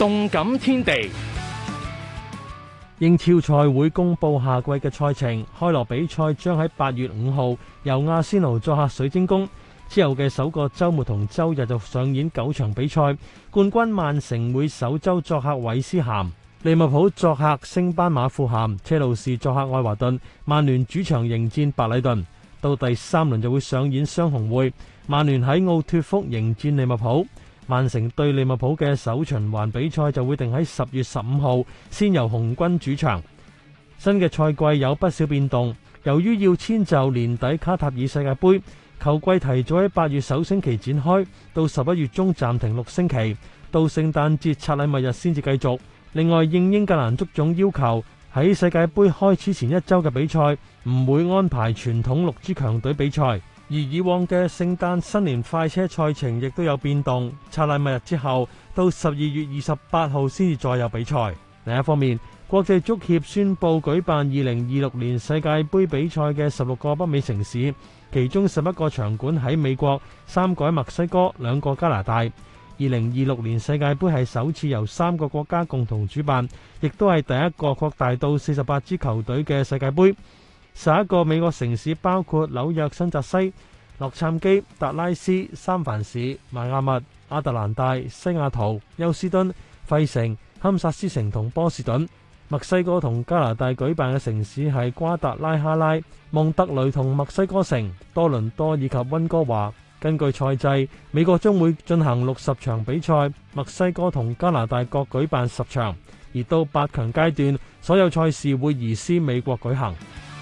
動感天地。 英超賽會公佈下季嘅賽程，開鑼比賽將喺8月5號由阿仙奴作客水晶宮，之後嘅首個週末同週日就上演9場比賽。冠軍曼城會首週作客韋斯咸，利物浦作客升班馬富咸，車路士作客愛華頓，曼聯主場迎戰白禮頓。到第3輪就會上演雙紅會，曼聯喺奧脱福迎戰利物浦。曼城對利物浦嘅首循環比賽就會定喺10月15號，先由紅軍主場。新嘅賽季有不少變動，由於要遷就年底卡塔爾世界盃，球季提早喺8月首星期展開，到11月中暫停6星期，到聖誕節拆禮物日先至繼續。另外，應英格蘭足總要求，喺世界盃開始前1週嘅比賽唔會安排傳統6支強隊比賽。而以往嘅聖誕新年快車賽程亦都有變動，拆禮物日之後到12月28號先至再有比賽。另一方面，國際足協宣布舉辦2026年世界盃比賽嘅16個北美城市，其中11個場館喺美國，3個喺墨西哥，2個加拿大。2026年世界盃係首次由3個國家共同主辦，亦都係第一個擴大到48支球隊嘅世界盃。11個美國城市包括紐約、新澤西、洛杉磯、達拉斯、三藩市、邁阿密、亞特蘭大、西雅圖、休斯敦、費城、堪薩斯城同波士頓。墨西哥同加拿大舉辦嘅城市係瓜達拉哈拉、蒙特雷同墨西哥城、多倫多以及溫哥華。根據賽制，美國將會進行60場比賽，墨西哥同加拿大各舉辦10場，而到8強階段，所有賽事會移師美國舉行。